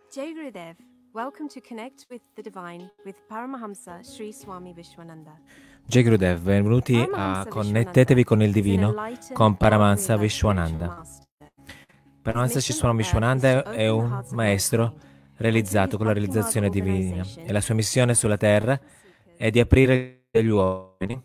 Jai Gurudev, welcome to Connect with the Divine with Paramahamsa Sri Swami Vishwananda. Jai Gurudev, benvenuti a Connettetevi con il Divino con Paramahamsa Vishwananda. Paramahamsa Sri Swami Vishwananda è un maestro realizzato con la realizzazione divina e la sua missione sulla terra è di aprire gli uomini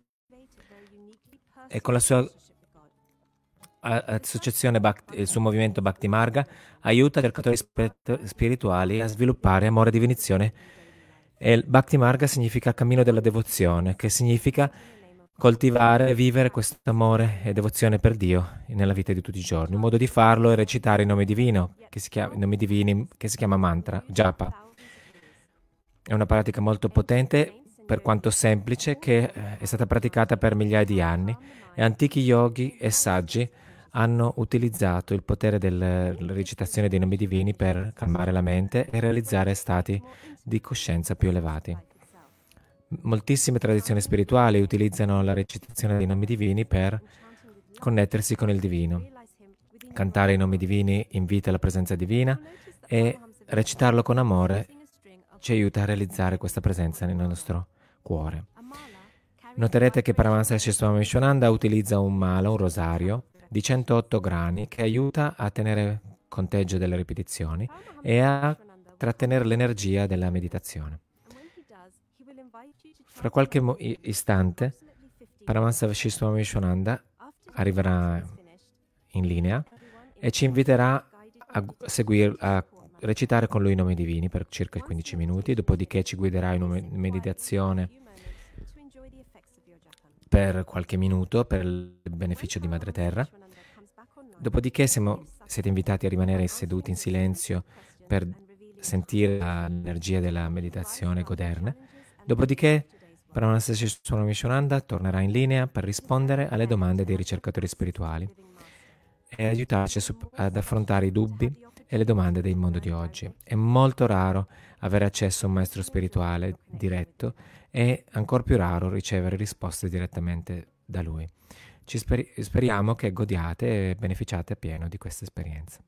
e con la sua associazione, il suo movimento Bhakti Marga aiuta i cercatori spirituali a sviluppare amore e divinizione. E il Bhakti Marga significa cammino della devozione, che significa coltivare e vivere questo amore e devozione per Dio nella vita di tutti i giorni. Un modo di farlo è recitare il nome divino, nomi divini, che si chiama mantra, japa. È una pratica molto potente, per quanto semplice, che è stata praticata per migliaia di anni, e antichi yogi e saggi hanno utilizzato il potere della recitazione dei nomi divini per calmare la mente e realizzare stati di coscienza più elevati. Moltissime tradizioni spirituali utilizzano la recitazione dei nomi divini per connettersi con il divino. Cantare i nomi divini invita alla presenza divina e recitarlo con amore ci aiuta a realizzare questa presenza nel nostro cuore. Noterete che Paramahamsa Sri Swami Vishwananda utilizza un mala, un rosario, di 108 grani che aiuta a tenere conteggio delle ripetizioni e a trattenere l'energia della meditazione. Fra qualche istante Paramahamsa Sri Swami Vishwananda arriverà in linea e ci inviterà a recitare con lui i nomi divini per circa 15 minuti, dopodiché ci guiderà in una meditazione per qualche minuto per il beneficio di Madre Terra. Dopodiché siete invitati a rimanere seduti in silenzio per sentire l'energia della meditazione e goderne. Dopodiché Paramahamsa Sri Swami Vishwananda tornerà in linea per rispondere alle domande dei ricercatori spirituali e aiutarci ad affrontare i dubbi e le domande del mondo di oggi. È molto raro avere accesso a un maestro spirituale diretto e ancora più raro ricevere risposte direttamente da lui. Speriamo che godiate e beneficiate appieno di questa esperienza.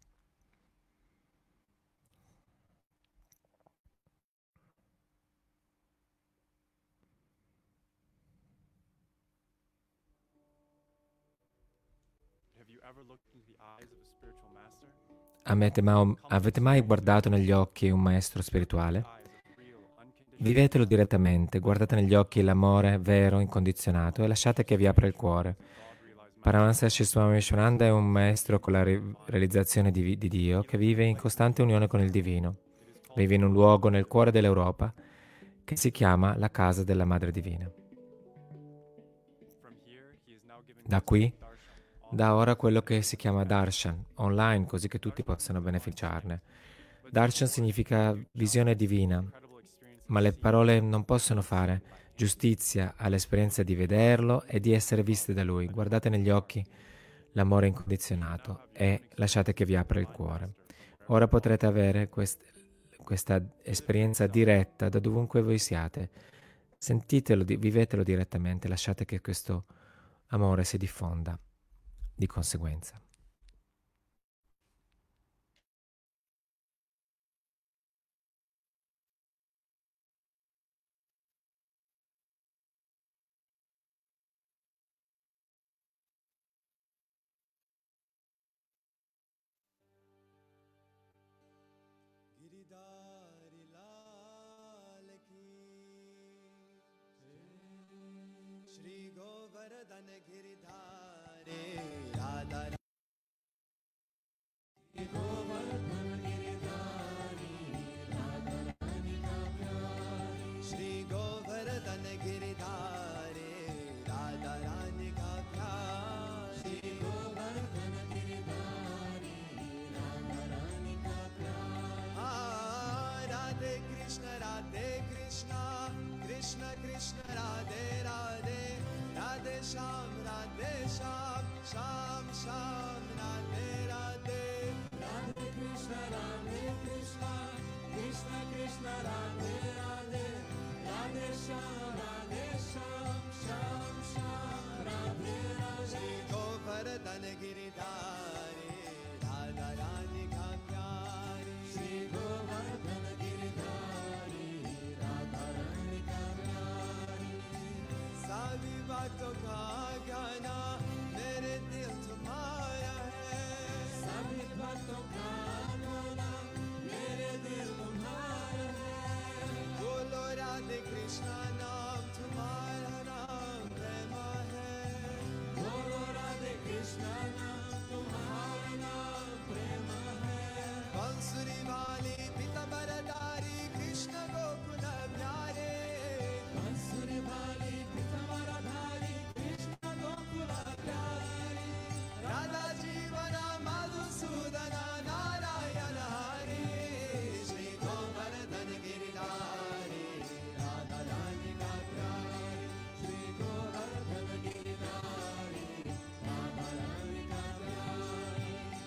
Avete mai guardato negli occhi un maestro spirituale? Vivetelo direttamente, guardate negli occhi l'amore vero, incondizionato e lasciate che vi apra il cuore. Paramahamsa Sri Swami Vishwananda è un maestro con la realizzazione di Dio che vive in costante unione con il divino. Vive in un luogo nel cuore dell'Europa che si chiama la Casa della Madre Divina. Da qui dà ora quello che si chiama darshan, online, così che tutti possano beneficiarne. Darshan significa visione divina, ma le parole non possono fare giustizia all'esperienza di vederlo e di essere viste da lui. Guardate negli occhi l'amore incondizionato e lasciate che vi apra il cuore. Ora potrete avere questa esperienza diretta da dovunque voi siate. Sentitelo, vivetelo direttamente, lasciate che questo amore si diffonda di conseguenza. Shri Govardhan Giridhare Radha Shri Govardhan Giridhare Radha Rani ka pyar Shri Govardhan Giridhare Radha Rani ka pyar Radhe Krishna Krishna Krishna Radhe Radhe Radhe Sham Sham Sham Radhe Radhe Radhe Krishna Krishna Krishna Radhe Radhe Radhe Sham Sham Radhe Radhe Shri Govardhan Giridhare Radha Rani ka pyari Shri Govardhan बातों का गाना मेरे दिल तुम्हारा है सभी बातों का गाना मेरे दिल तुम्हारा है बोलो राधे कृष्णा नाम तुम्हारा नाम प्रेम है बोलो राधे कृष्णा नाम तुम्हारा नाम प्रेम है बंसुरी वाली पीतांबरधारी कृष्ण गोकुल प्यारे बंसुरी वाली पीतांबरधारी कृष्ण गोकुल प्यारे राधा जीवन मधुसूदन नारायण हरे श्री गोवर्धन गिरिधारी राधा रानी का प्यारे श्री गोवर्धन गिरिधारी राधा रानी का प्यारे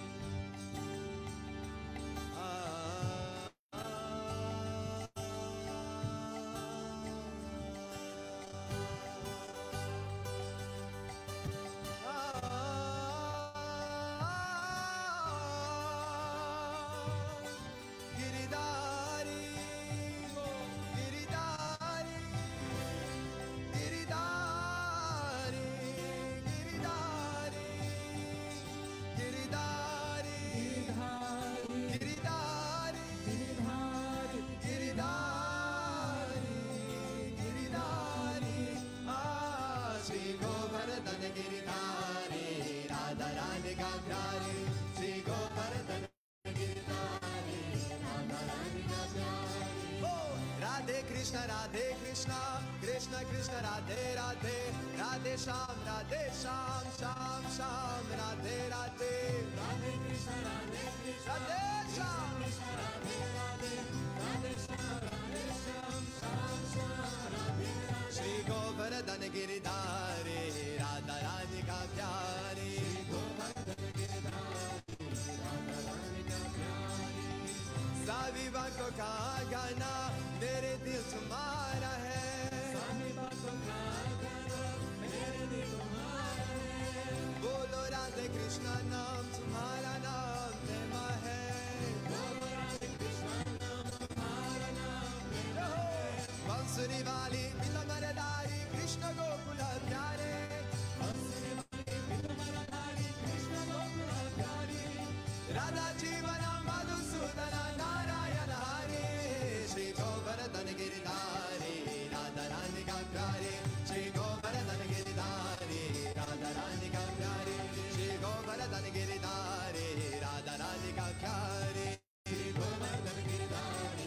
गिरिधारी गिरिधारी गिरिधारी गिरिधारी गिरिधारी गिरिधारी गिरिधारी गिरिधारी श्री गोवर्धन गिरिधारी राधा रानी का प्यारे श्री गोवर्धन गिरिधारी राधा रानी का प्यारे राधे कृष्ण कृष्ण कृष्ण राधे राधे राधे श्याम श्याम श्याम राधे राधे राधे कृष्ण राधे श्याम राधे राधे राधे श्याम श्याम राधे श्री गोवर्धन गिरिधारी राधा रानी का प्यारे गोवर्धन गिरिधारी राधा रानी का प्यारे सभी बातों का गाना मेरे दिल तुम्हारा है सभी बातों का गाना मेरे दिल तुम्हारा है बोलो राधे कृष्ण नाम तुम्हारा नाम प्रेम है बोलो राधे कृष्ण नाम तुम्हारा नाम प्रेम है बंसुरी वाली पीतांबरधारी कृष्ण गोकुल प्यारे बंसुरी वाली पीतांबरधारी कृष्ण गोकुल प्यारे राधा जीवन मधुसूदन नारायण हरे श्री गोवर्धन गिरिधारी राधा रानी का प्यारे श्री गोवर्धन गिरिधारी राधा रानी का प्यारे श्री गोवर्धन गिरिधारी राधा रानी का प्यारे श्री गोवर्धन गिरिधारी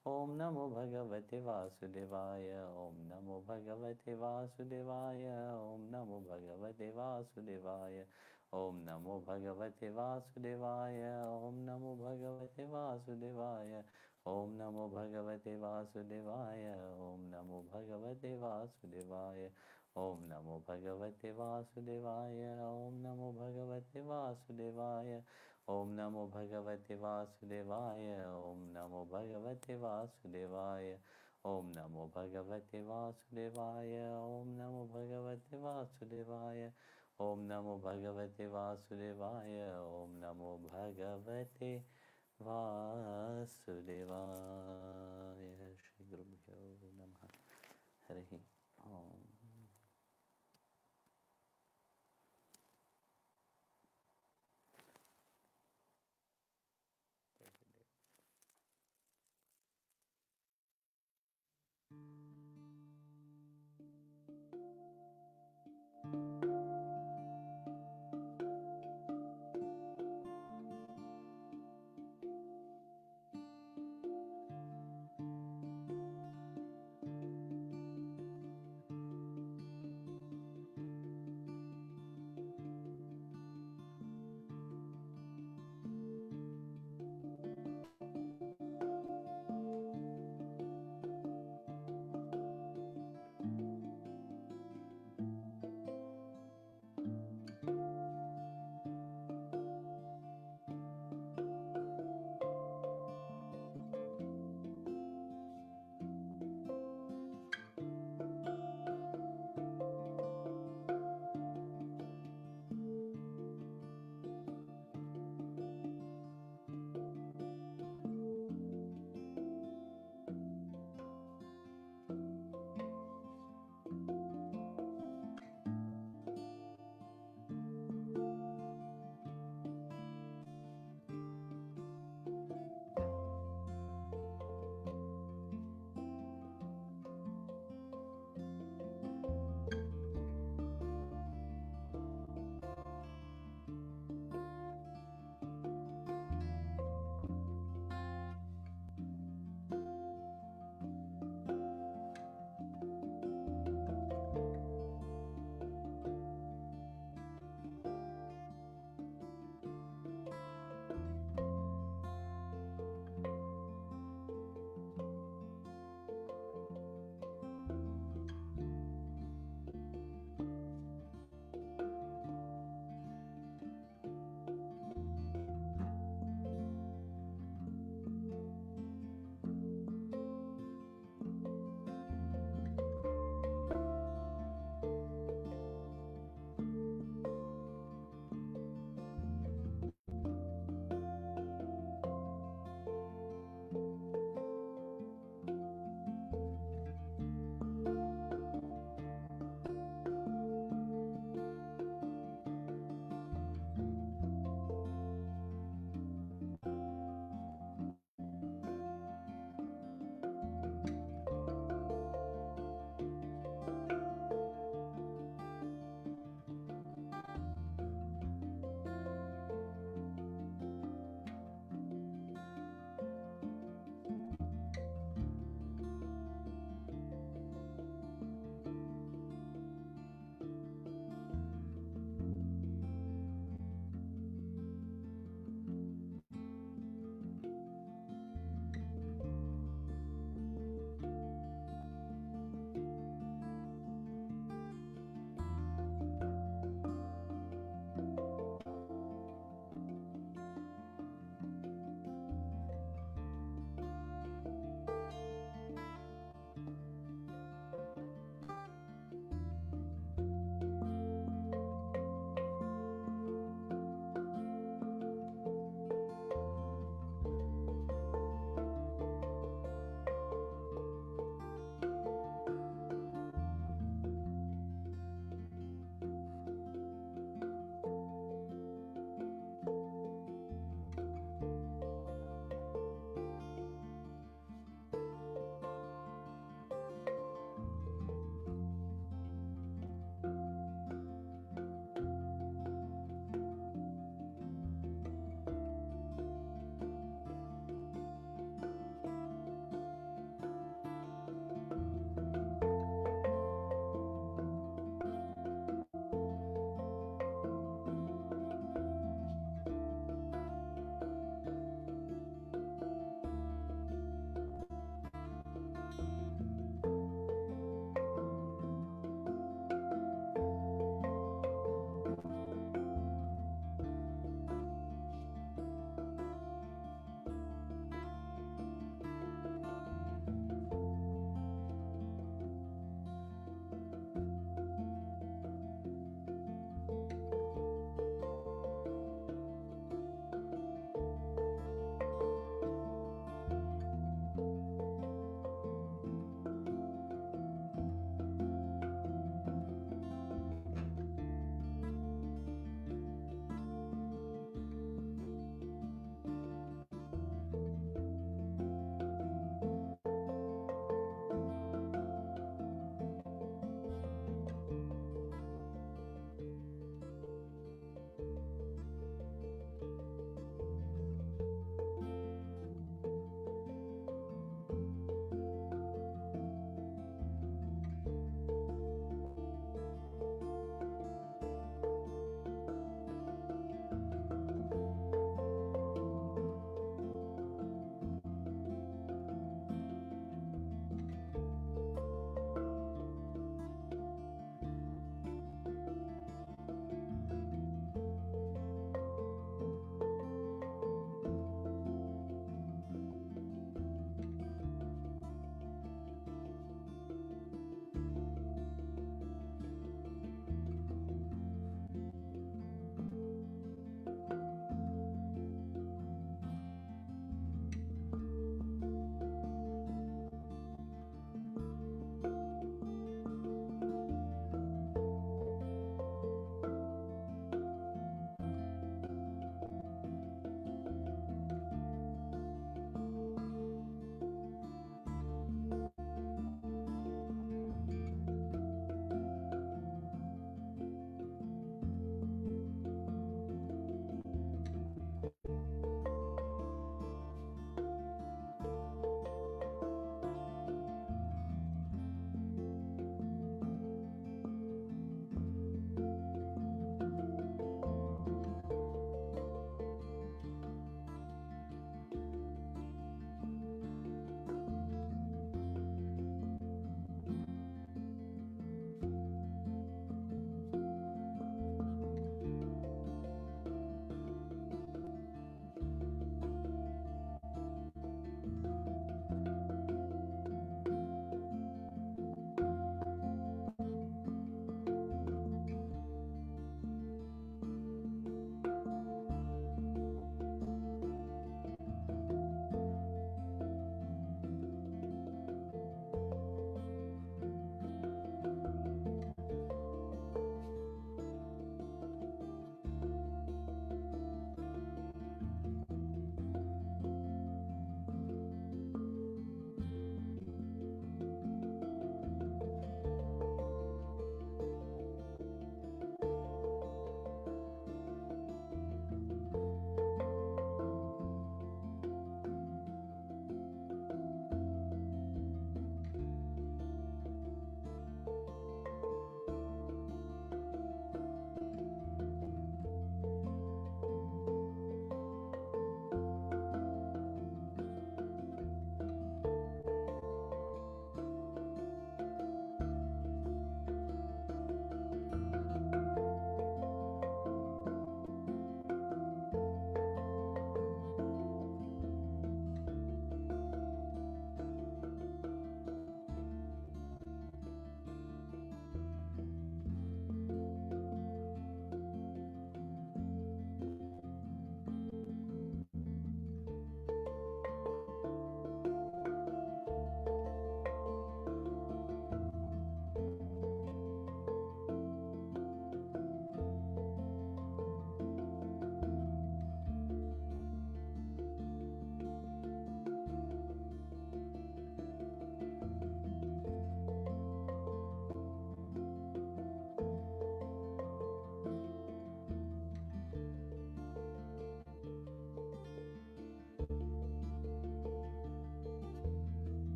Om Namo Bhagavate Vasudevaya. Om Namo Bhagavate Vasudevaya. Om Namo Bhagavate Vasudevaya. Om Namo Bhagavate Vasudevaya. Om Namo Bhagavate Vasudevaya. Om Namo Bhagavate Vasudevaya. Om Namo Bhagavate Vasudevaya. Om Namo Bhagavate Vasudevaya. Om Namo Bhagavate Vasudevaya. Om Namo Bhagavate Vasudevaya. Om Namo Bhagavate Vasudevaya. Om Namo Bhagavate Vasudevaya. Om Namo Bhagavate Vasudevaya. Om Namo Bhagavate Vasudevaya. Om Namo Bhagavate Vasudevaya. Shri Gurubhyo Namaha. Harihi Om.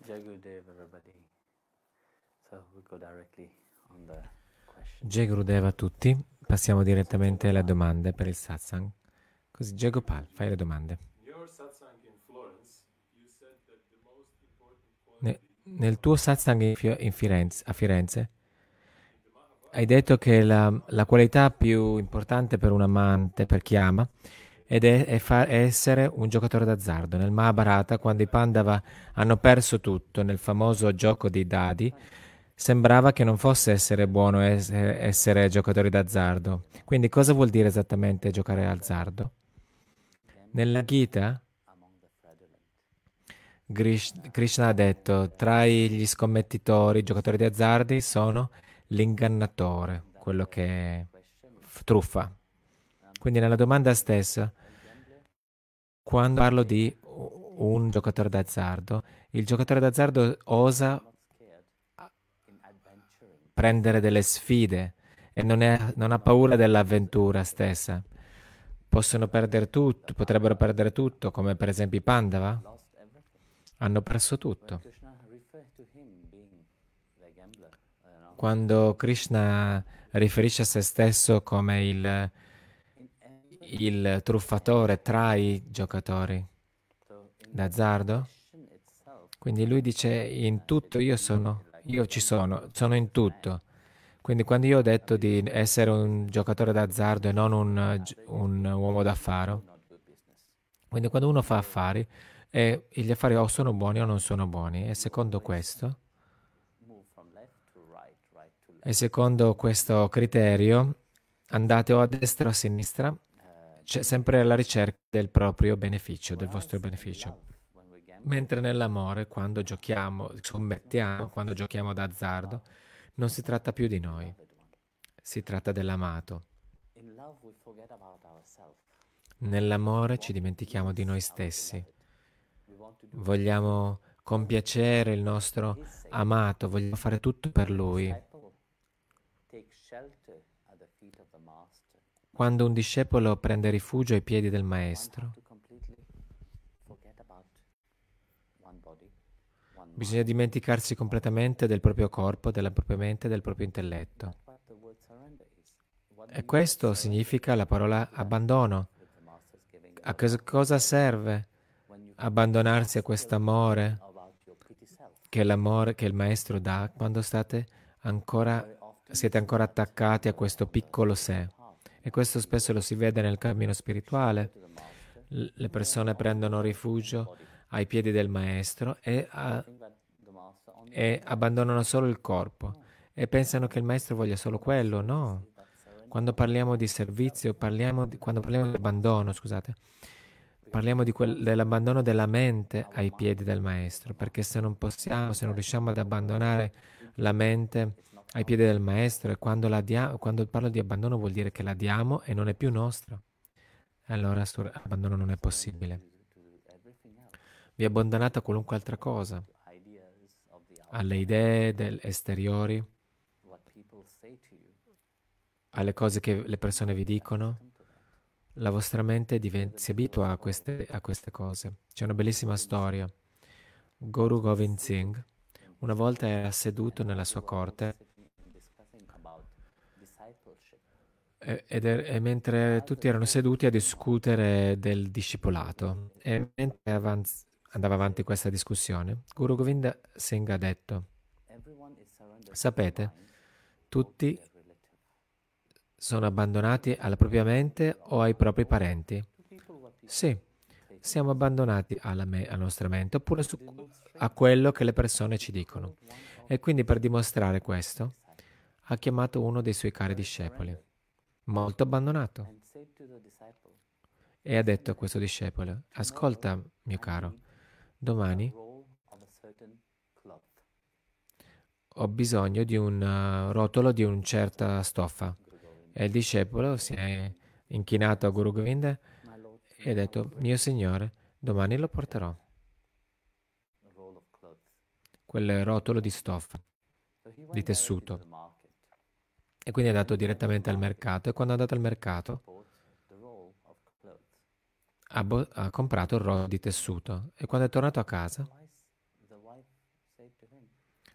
Jagudev, everybody. So we go directly on the question. Jai Gurudeva a tutti. Passiamo direttamente alle domande per il satsang. Così, Jai Gopal, fai le domande. Nel tuo satsang a Firenze hai detto che la qualità più importante per un amante, per chi ama, è essere un giocatore d'azzardo. Nel Mahabharata, quando i Pandava hanno perso tutto nel famoso gioco di dadi, sembrava che non fosse essere buono essere giocatori d'azzardo. Quindi cosa vuol dire esattamente giocare d'azzardo? Nella Gita, Krishna ha detto, tra gli scommettitori, i giocatori di azzardi, sono l'ingannatore, quello che truffa. Quindi nella domanda stessa, quando parlo di un giocatore d'azzardo, il giocatore d'azzardo osa prendere delle sfide e non ha paura dell'avventura stessa. Possono perdere tutto, potrebbero perdere tutto, come per esempio i Pandava. Hanno perso tutto. Quando Krishna riferisce a se stesso come il truffatore tra i giocatori d'azzardo, quindi lui dice in tutto io ci sono in tutto. Quindi quando io ho detto di essere un giocatore d'azzardo e non un uomo d'affari, quindi quando uno fa affari, e gli affari o sono buoni o non sono buoni, e secondo questo criterio andate o a destra o a sinistra, c'è sempre la ricerca del proprio beneficio, del vostro beneficio. Mentre nell'amore, quando giochiamo, scommettiamo, quando giochiamo d'azzardo, non si tratta più di noi, si tratta dell'amato. Nell'amore ci dimentichiamo di noi stessi. Vogliamo compiacere il nostro amato, vogliamo fare tutto per lui. Quando un discepolo prende rifugio ai piedi del maestro, bisogna dimenticarsi completamente del proprio corpo, della propria mente, del proprio intelletto. E questo significa la parola abbandono. A cosa serve abbandonarsi a questo amore che il maestro dà quando siete ancora attaccati a questo piccolo sé? E questo spesso lo si vede nel cammino spirituale. Le persone prendono rifugio ai piedi del maestro e abbandonano solo il corpo e pensano che il maestro voglia solo quello. No. Quando parliamo di servizio, quando parliamo di abbandono, scusate, parliamo dell'abbandono della mente ai piedi del maestro, perché se non riusciamo ad abbandonare la mente ai piedi del maestro, e quando parlo di abbandono vuol dire che la diamo e non è più nostra, allora l'abbandono non è possibile. Vi abbandonate a qualunque altra cosa, alle idee esteriori, alle cose che le persone vi dicono. La vostra mente si abitua a queste cose. C'è una bellissima storia. Guru Govind Singh una volta era seduto nella sua corte e mentre tutti erano seduti a discutere del discepolato, e mentre andava avanti questa discussione, Guru Govind Singh ha detto: sapete, tutti sono abbandonati alla propria mente o ai propri parenti? Sì, siamo abbandonati alla nostra mente oppure a quello che le persone ci dicono. E quindi per dimostrare questo ha chiamato uno dei suoi cari discepoli, molto abbandonato, e ha detto a questo discepolo: ascolta, mio caro, domani ho bisogno di un rotolo di una certa stoffa. E il discepolo si è inchinato a Guru Govinda e ha detto: mio signore, domani lo porterò, quel rotolo di stoffa, di tessuto. E quindi è andato direttamente al mercato, e quando è andato al mercato ha comprato il rotolo di tessuto, e quando è tornato a casa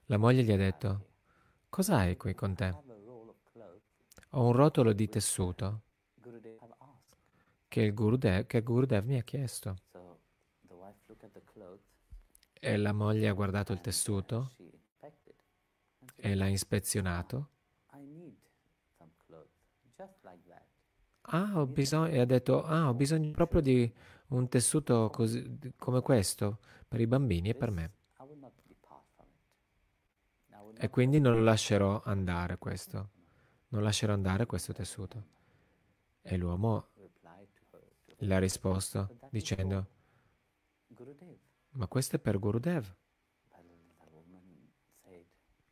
La moglie gli ha detto: cosa hai qui con te? have a roll of cloth. Ho un rotolo di tessuto Gurudev have asked. che il Gurudev mi ha chiesto. So the wife looked at the cloth E la moglie ha guardato il and tessuto she inspected. And she e l'ha said, ispezionato. I need some clothes, just like that. E ha detto, ho bisogno proprio di un tessuto come questo per i bambini e per This, me. I will not depart from it. I will E not quindi let non it lo go. lascerò andare questo. Non lascerò andare questo tessuto. E l'uomo Replied to her, le ha risposto "But that is dicendo, for Gurudev." ma questo è per Gurudev. Well, the woman said,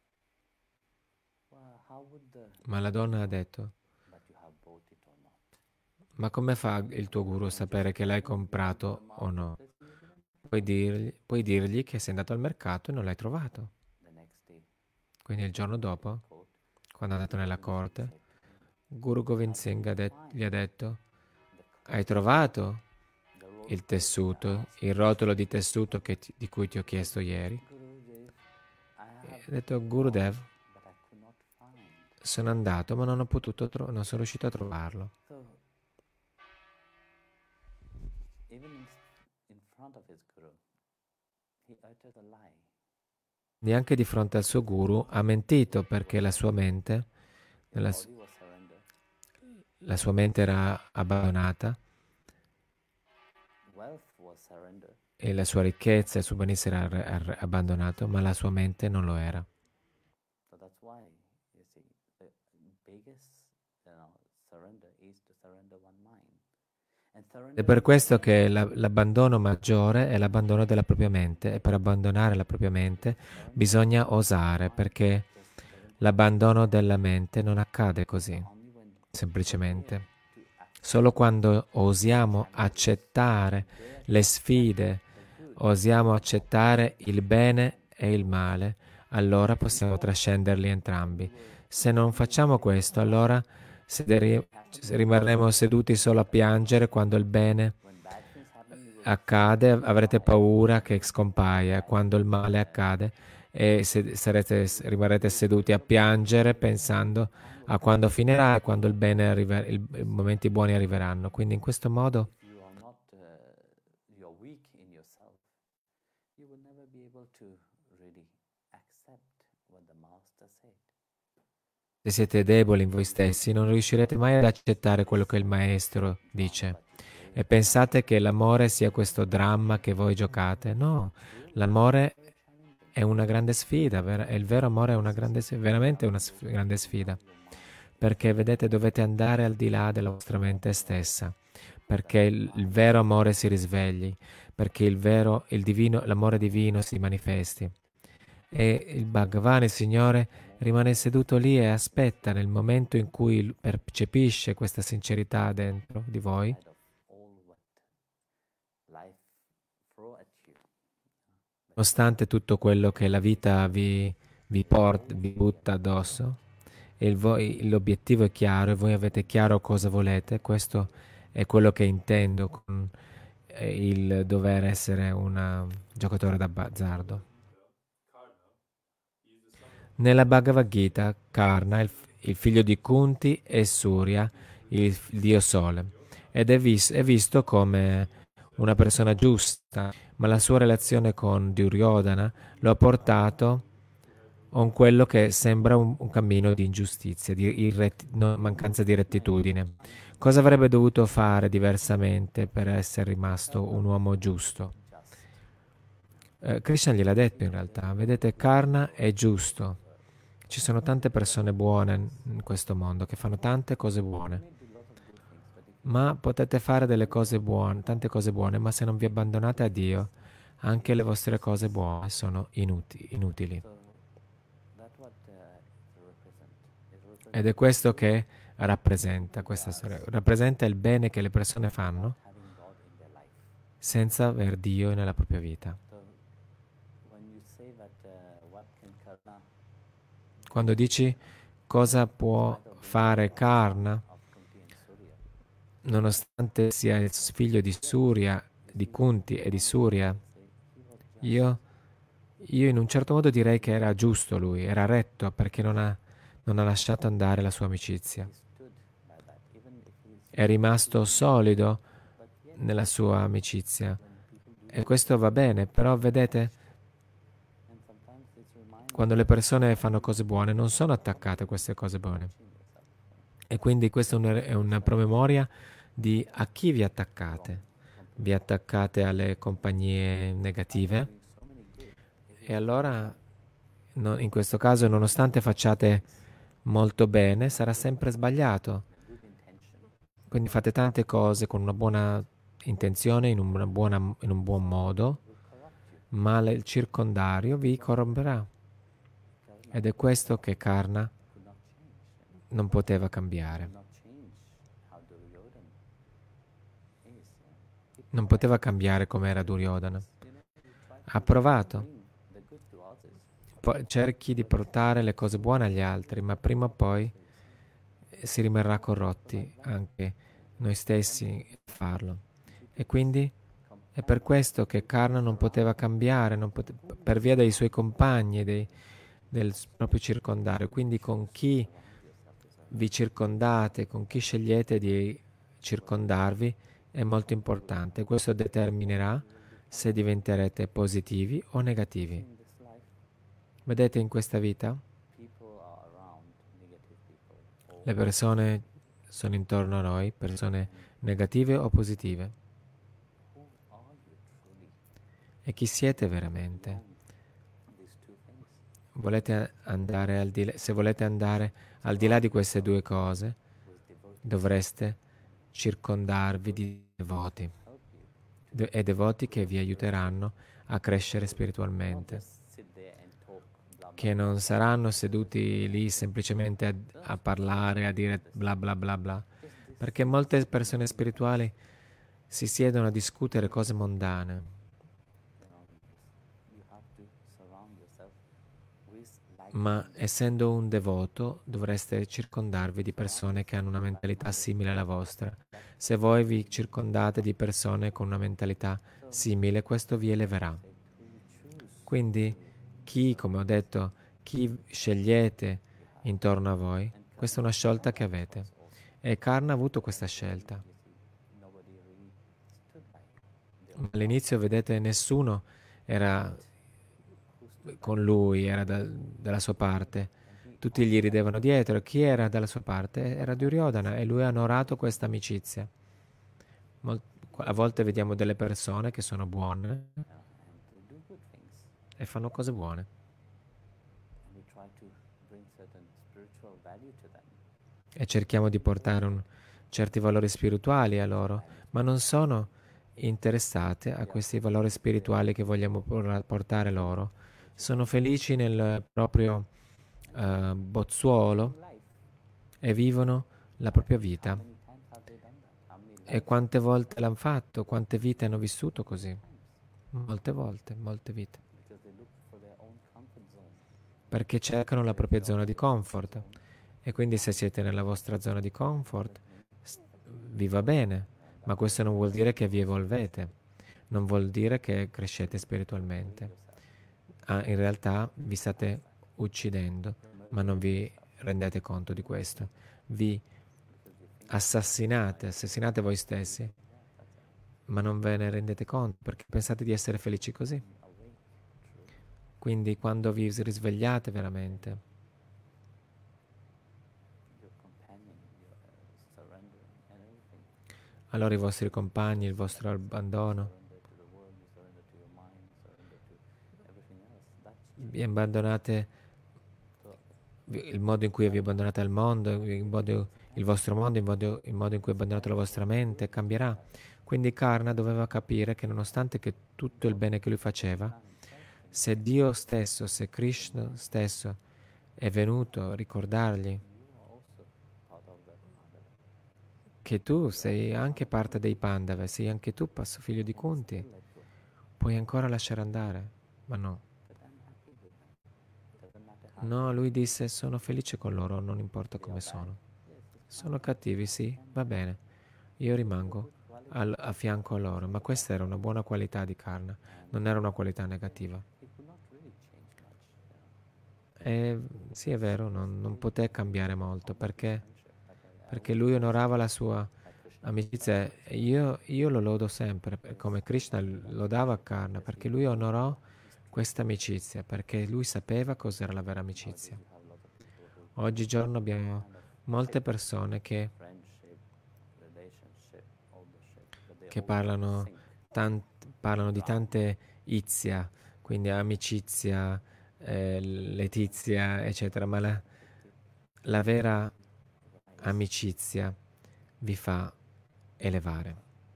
well, how would the, Ma la donna ha detto, but you have bought it or not? ma come fa il tuo guru a sapere che l'hai comprato o no? Puoi dirgli che sei andato al mercato e non l'hai trovato. The next day, Quindi il giorno dopo, court, quando è andato nella Govind Singh corte, said, Guru Govind Singh gli ha detto, the hai cloth, trovato the roll il of cloth you tessuto, asked. il rotolo di tessuto di cui ti ho chiesto ieri? Gurudev, I E have ha detto, gone, Gurudev, but I could not find. sono andato ma non sono riuscito a trovarlo. So, even in front of his guru, he uttered a lie. Neanche di fronte al suo guru ha mentito perché His nella body was surrendered, la sua mente era abbandonata wealth was surrendered, e la sua ricchezza e il suo benessere era abbandonato, ma la sua mente non lo era. so that's why, you see, the biggest, surrender is to surrender one mind. And È surrender per is questo not che l'abbandono maggiore è l'abbandono della propria mente e per abbandonare la propria mente bisogna osare perché l'abbandono della mente non accade così, only when semplicemente. to accept Solo quando osiamo accettare le sfide, osiamo accettare il bene e il male, allora possiamo trascenderli entrambi. Se non facciamo questo, allora rimarremo seduti solo a piangere quando il bene when bad things happen, you will accade, avrete paura che scompaia, quando il male accade e rimarrete seduti a piangere pensando a quando finirà e quando il bene i momenti buoni arriveranno. Quindi in questo modo, if you are not you're weak in yourself, you will never be able to really accept what the master said. se siete deboli in voi stessi, non riuscirete mai ad accettare quello che il maestro dice. E pensate che l'amore sia questo dramma che voi giocate. No, l'amore è una grande sfida, e il vero amore è veramente una grande sfida. Perché vedete, dovete andare al di là della vostra mente stessa, perché il vero amore si risvegli, perché l'amore divino si manifesti. E il Bhagavan, il Signore, rimane seduto lì e aspetta nel momento in cui percepisce questa sincerità dentro di voi, Of all what life throw at you. nonostante tutto quello che la vita vi butta addosso. E l'obiettivo è chiaro e voi avete chiaro cosa volete. Questo è quello che intendo con il dover essere un giocatore d'azzardo. Nella Bhagavad Gita, Karna, il figlio di Kunti, e Surya, il dio Sole, ed è visto come una persona giusta, ma la sua relazione con Duryodhana lo ha portato a quello che sembra un cammino di ingiustizia, di mancanza di rettitudine. Cosa avrebbe dovuto fare diversamente per essere rimasto un uomo giusto? Krishna gliel'ha detto in realtà, vedete, Karna è giusto. Ci sono tante persone buone in questo mondo che fanno tante cose buone, ma potete fare delle cose buone, tante cose buone, ma se non vi abbandonate a Dio, anche le vostre cose buone sono inutili. Ed è questo che rappresenta questa storia. Rappresenta il bene che le persone fanno senza aver Dio nella propria vita. Quando dici cosa può fare Karna, nonostante sia il figlio di Surya, di Kunti e di Surya, io Io in un certo modo direi che era giusto lui, era retto perché non ha lasciato andare la sua amicizia. He stood by that, even if he's È rimasto solido but yet nella sua amicizia. when people do E questo va bene, però vedete, and sometimes this reminds quando le persone fanno cose buone non sono attaccate a queste cose buone. yourself. E quindi questa è una promemoria di a chi vi attaccate. Vi attaccate alle compagnie negative Doing so many good, e allora in questo caso nonostante facciate molto bene sarà sempre sbagliato. good intention Quindi fate tante cose con una buona intenzione, in un buon modo, will corrupt you. ma il circondario vi corromperà. Ed è questo che Karna Could not change. non poteva cambiare. Could not change how Duryodhana is. Non poteva cambiare come era Duryodhana. You try Ha provato. bring the good to others. Poi cerchi di portare le cose buone agli altri, ma prima o poi si rimarrà corrotti anche noi stessi a farlo. E quindi è per questo che Karna non poteva cambiare, per via dei suoi compagni e del proprio circondario. Quindi con chi vi circondate, con chi scegliete di circondarvi è molto importante. Questo determinerà se diventerete positivi o negativi. In this life, Vedete, in questa vita people are around negative people. Or le persone sono intorno a noi, persone negative o positive. who are you truly? E chi siete veramente? These two things. Volete andare se volete andare al di là di queste due cose, With devotees dovreste circondarvi di devoti help you. e devoti che vi aiuteranno a crescere Not spiritualmente, just sit there and talk blah blah. che non saranno seduti lì semplicemente a parlare, a dire bla bla bla bla, perché molte persone spirituali si siedono a discutere cose mondane, You have to surround yourself with like ma essendo un devoto dovreste circondarvi di persone che hanno una mentalità simile alla vostra. Se voi vi circondate di persone con una mentalità simile, questo vi eleverà. who you choose. Quindi chi, come ho detto, chi scegliete intorno a voi, questa è una scelta che avete. E Karna ha avuto questa scelta. Nobody really stood by him. Ma all'inizio, vedete, nessuno era con lui, era dalla sua parte. Tutti gli ridevano dietro. Chi era dalla sua parte? Era Duryodhana e lui ha onorato questa amicizia. A volte vediamo delle persone che sono buone And they do good things. e fanno cose buone. And we try to bring certain spiritual value to them. E cerchiamo di portare certi valori spirituali a loro, ma non sono interessate a questi valori spirituali che vogliamo portare loro. Sono felici nel proprio bozzuolo Life. e vivono la propria vita. Many times have they done that? How many E quante volte l'hanno fatto? Quante vite hanno vissuto così? Molte volte, molte vite. because they look for their own comfort zone. Perché cercano la propria zona di comfort. E quindi se siete nella vostra zona di comfort, vi va bene, ma questo non vuol dire che vi evolvete, non vuol dire che crescete spiritualmente. In realtà vi state uccidendo, ma non vi rendete conto di questo. Vi assassinate voi stessi, ma non ve ne rendete conto perché pensate di essere felici così. Quindi quando vi risvegliate veramente, Your companion, your surrender and everything. allora i vostri compagni, il vostro abbandono, Surrender to the world, you surrender to your mind, you surrender to everything else. That's vi abbandonate il modo in cui vi abbandonate al mondo, il vostro mondo, il modo in cui abbandonate la vostra mente cambierà. Quindi Karna doveva capire che nonostante che tutto il bene che lui faceva, se Dio stesso, se Krishna stesso è venuto a ricordargli you are also part of that Pandava. che tu sei anche parte dei Pandava, sei anche tu figlio di Kunti, Let go. puoi ancora lasciare andare. Ma no. But I'm happy with them. Doesn't matter how No, lui disse sono felice con loro, non importa come sono. Sono cattivi, sì, va bene. Io rimango a fianco a loro, ma questa era una buona qualità di Karna, non era una qualità negativa. he could not really Sì, è vero, non poté cambiare molto perché lui onorava la sua amicizia. E io lo lodo sempre, come Krishna lodava Karna, perché lui onorò questa amicizia, perché lui sapeva cos'era la vera amicizia. Oggigiorno abbiamo molte persone che parlano, parlano di tante izia, quindi amicizia, letizia, eccetera, ma la vera amicizia vi fa elevare.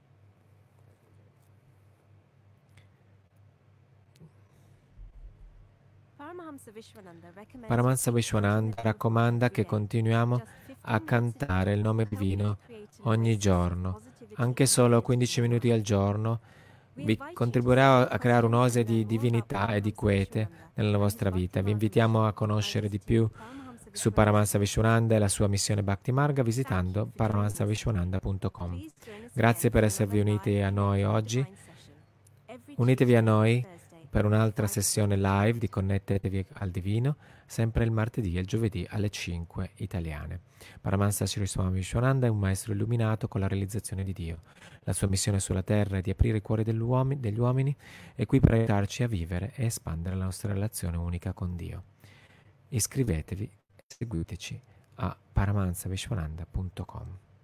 Paramahansa Vishwananda raccomanda che continuiamo a cantare il nome divino ogni giorno, anche solo 15 minuti al giorno. Vi contribuirà a creare un'oasi di divinità e di quiete nella vostra vita. Vi invitiamo a conoscere di più su Paramahansa Vishwananda e la sua missione Bhakti Marga visitando paramahansavishwananda.com. Grazie per esservi uniti a noi oggi. Unitevi a noi per un'altra sessione live di Connettetevi al Divino, sempre il martedì e il giovedì alle 5 italiane. Paramahansa Sri Swami Vishwananda è un maestro illuminato con la realizzazione di Dio. La sua missione sulla terra è di aprire i cuori degli uomini e qui per aiutarci a vivere e espandere la nostra relazione unica con Dio. Iscrivetevi e seguiteci a paramahansavishwananda.com.